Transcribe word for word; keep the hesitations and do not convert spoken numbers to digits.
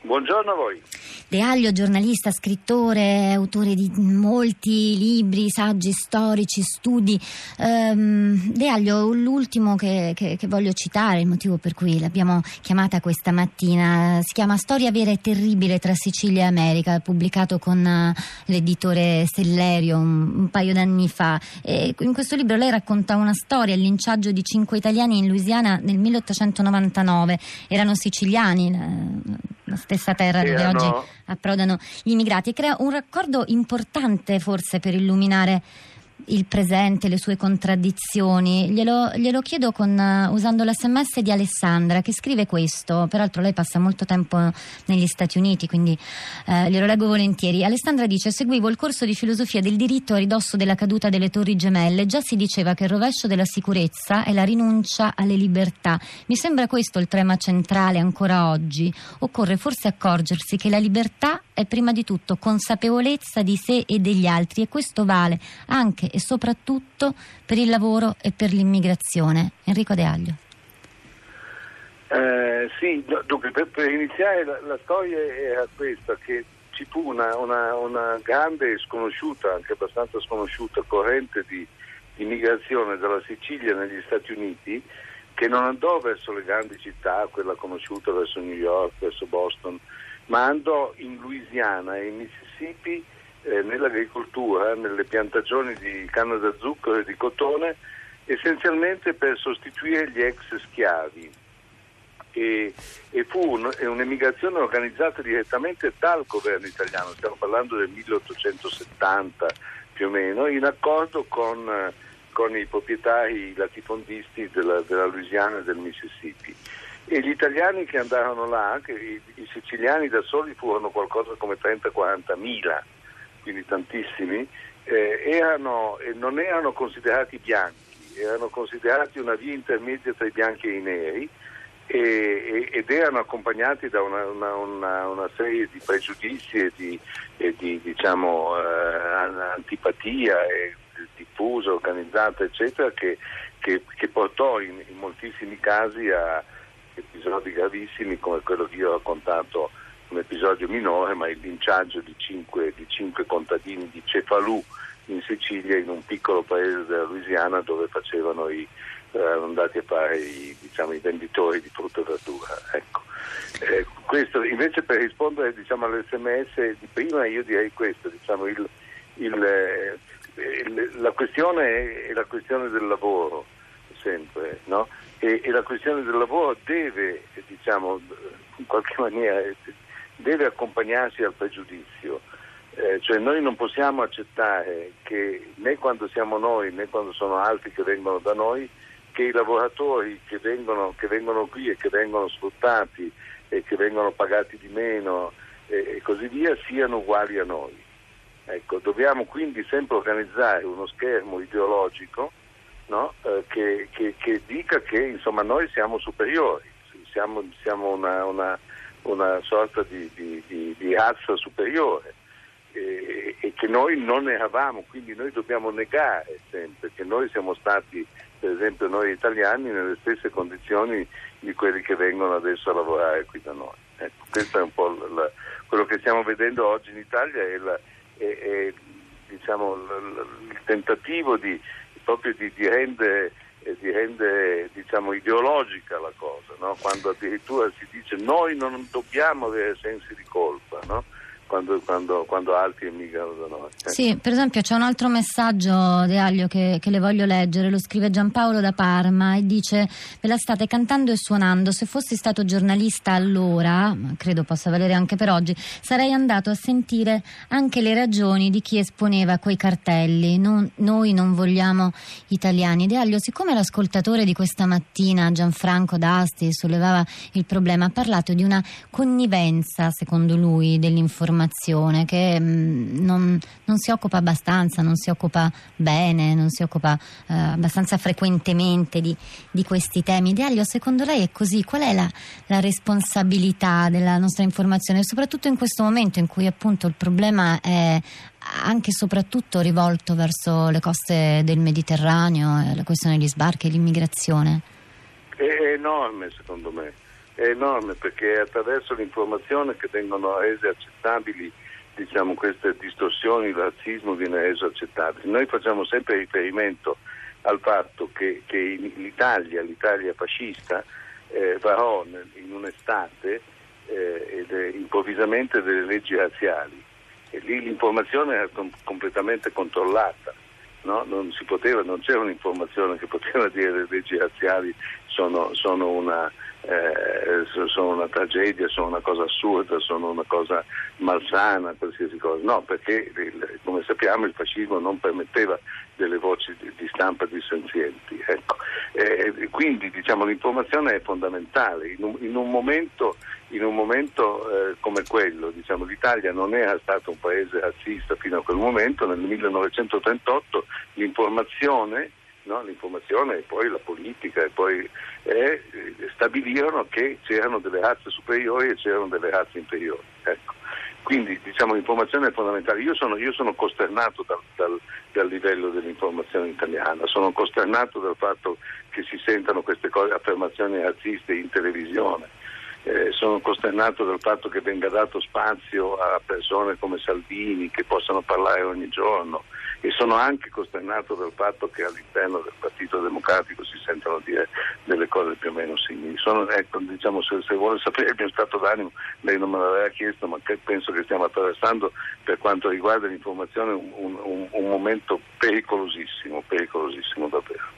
Buongiorno a voi. De Aglio, giornalista, scrittore, autore di molti libri, saggi storici, studi. Um, De Aglio, l'ultimo che, che, che voglio citare, il motivo per cui l'abbiamo chiamata questa mattina, si chiama Storia vera e terribile tra Sicilia e America, pubblicato con uh, l'editore Sellerio un, un paio d'anni fa. E in questo libro lei racconta una storia, il linciaggio di cinque italiani in Louisiana nel milleottocentonovantanove. Erano siciliani, la, la stessa terra dove Erano... oggi approdano gli immigrati, e crea un raccordo importante forse per illuminare il presente, le sue contraddizioni. Glielo, glielo chiedo con, uh, usando l'esse emme esse di Alessandra, che scrive questo. Peraltro lei passa molto tempo negli Stati Uniti, quindi uh, glielo leggo volentieri. Alessandra dice: seguivo il corso di filosofia del diritto a ridosso della caduta delle Torri Gemelle. Già si diceva che il rovescio della sicurezza è la rinuncia alle libertà. Mi sembra questo il tema centrale ancora oggi. Occorre forse accorgersi che la libertà è prima di tutto consapevolezza di sé e degli altri, e questo vale anche e soprattutto per il lavoro e per l'immigrazione. Enrico De Aglio. Eh, sì, dunque, per, per iniziare la, la storia era questa, che ci fu una, una, una grande e sconosciuta, anche abbastanza sconosciuta, corrente di immigrazione dalla Sicilia negli Stati Uniti, che non andò verso le grandi città, quella conosciuta, verso New York, verso Boston, ma andò in Louisiana e in Mississippi, eh, nell'agricoltura, nelle piantagioni di canna da zucchero e di cotone, essenzialmente per sostituire gli ex schiavi. E, e fu un, un'emigrazione organizzata direttamente dal governo italiano, stiamo parlando del milleottocentosettanta più o meno, in accordo con, con i proprietari latifondisti della, della Louisiana e del Mississippi. E gli italiani che andarono là, che i, i siciliani da soli furono qualcosa come trenta quaranta mila, quindi tantissimi, eh, erano, eh, non erano considerati bianchi, erano considerati una via intermedia tra i bianchi e i neri, e, e, ed erano accompagnati da una, una, una, una serie di pregiudizi e di, e di diciamo, eh, antipatia e diffusa, organizzata, eccetera, che, che, che portò in, in moltissimi casi a episodi gravissimi come quello che io ho raccontato, un episodio minore, ma il linciaggio di cinque, di cinque contadini di Cefalù in Sicilia, in un piccolo paese della Louisiana dove facevano i, erano andati a fare i, diciamo, i venditori di frutta e verdura. Ecco. Eh, questo invece, per rispondere diciamo, all'esse emme esse di prima, io direi questo, diciamo, il, il, eh, il, la questione è la questione del lavoro, sempre, no? E, e la questione del lavoro deve, diciamo, in qualche maniera deve accompagnarsi al pregiudizio, eh, cioè noi non possiamo accettare che né quando siamo noi né quando sono altri che vengono da noi, che i lavoratori che vengono, che vengono qui e che vengono sfruttati e che vengono pagati di meno e, e così via siano uguali a noi. Ecco, dobbiamo quindi sempre organizzare uno schermo ideologico, no? eh, che, che, che dica che insomma noi siamo superiori, siamo, siamo una, una, una sorta di, di, di, di razza superiore e, e che noi non eravamo, quindi noi dobbiamo negare sempre che noi siamo stati, per esempio noi italiani, nelle stesse condizioni di quelli che vengono adesso a lavorare qui da noi. Ecco, questo è un po' la, la, quello che stiamo vedendo oggi in Italia, è, la, è, è diciamo, l, l, il tentativo di proprio di, di rendere, eh, di rendere diciamo, ideologica la cosa, no? Quando addirittura si dice noi non dobbiamo avere sensi di colpa, no? Quando, quando, quando altri emigrano da noi. Eh. Sì, per esempio c'è un altro messaggio, De Aglio, che, che le voglio leggere, lo scrive Giampaolo da Parma e dice: ve la state cantando e suonando, se fossi stato giornalista allora, ma credo possa valere anche per oggi, sarei andato a sentire anche le ragioni di chi esponeva quei cartelli, non, noi non vogliamo italiani. De Aglio, siccome l'ascoltatore di questa mattina, Gianfranco D'Asti, sollevava il problema, ha parlato di una connivenza, secondo lui, dell'informazione che mh, non, non si occupa abbastanza, non si occupa bene, non si occupa eh, abbastanza frequentemente di, di questi temi. De Aglio, secondo lei è così? Qual è la, la responsabilità della nostra informazione, soprattutto in questo momento in cui appunto il problema è anche e soprattutto rivolto verso le coste del Mediterraneo, la questione degli sbarchi e l'immigrazione? È enorme, secondo me. è enorme, perché è attraverso l'informazione che vengono rese accettabili, diciamo, queste distorsioni, il razzismo viene reso accettabile. Noi facciamo sempre riferimento al fatto che, che l'Italia, l'Italia fascista, eh, varò in un'estate eh, ed, eh, improvvisamente delle leggi razziali, e lì l'informazione era com- completamente controllata, no? Non si poteva, non c'era un'informazione che poteva dire che le leggi razziali sono, sono una Eh, sono una tragedia, sono una cosa assurda, sono una cosa malsana, qualsiasi cosa. No, perché il, come sappiamo il fascismo non permetteva delle voci di, di stampa dissenzienti. Ecco. Eh, quindi diciamo l'informazione è fondamentale. In un, in un momento, in un momento eh, come quello, diciamo, l'Italia non era stato un paese razzista fino a quel momento. Nel millenovecentotrentotto l'informazione No, l'informazione e poi la politica e poi eh, stabilirono che c'erano delle razze superiori e c'erano delle razze inferiori. Ecco. Quindi diciamo l'informazione è fondamentale. Io sono, io sono costernato dal, dal, dal livello dell'informazione italiana, sono costernato dal fatto che si sentano queste cose, affermazioni razziste in televisione. Eh, sono costernato dal fatto che venga dato spazio a persone come Salvini che possano parlare ogni giorno, e sono anche costernato dal fatto che all'interno del Partito Democratico si sentono dire delle cose più o meno simili. Sono, ecco, diciamo, se, se vuole sapere il mio stato d'animo, lei non me l'aveva chiesto, ma che penso che stiamo attraversando per quanto riguarda l'informazione un, un, un momento pericolosissimo, pericolosissimo davvero.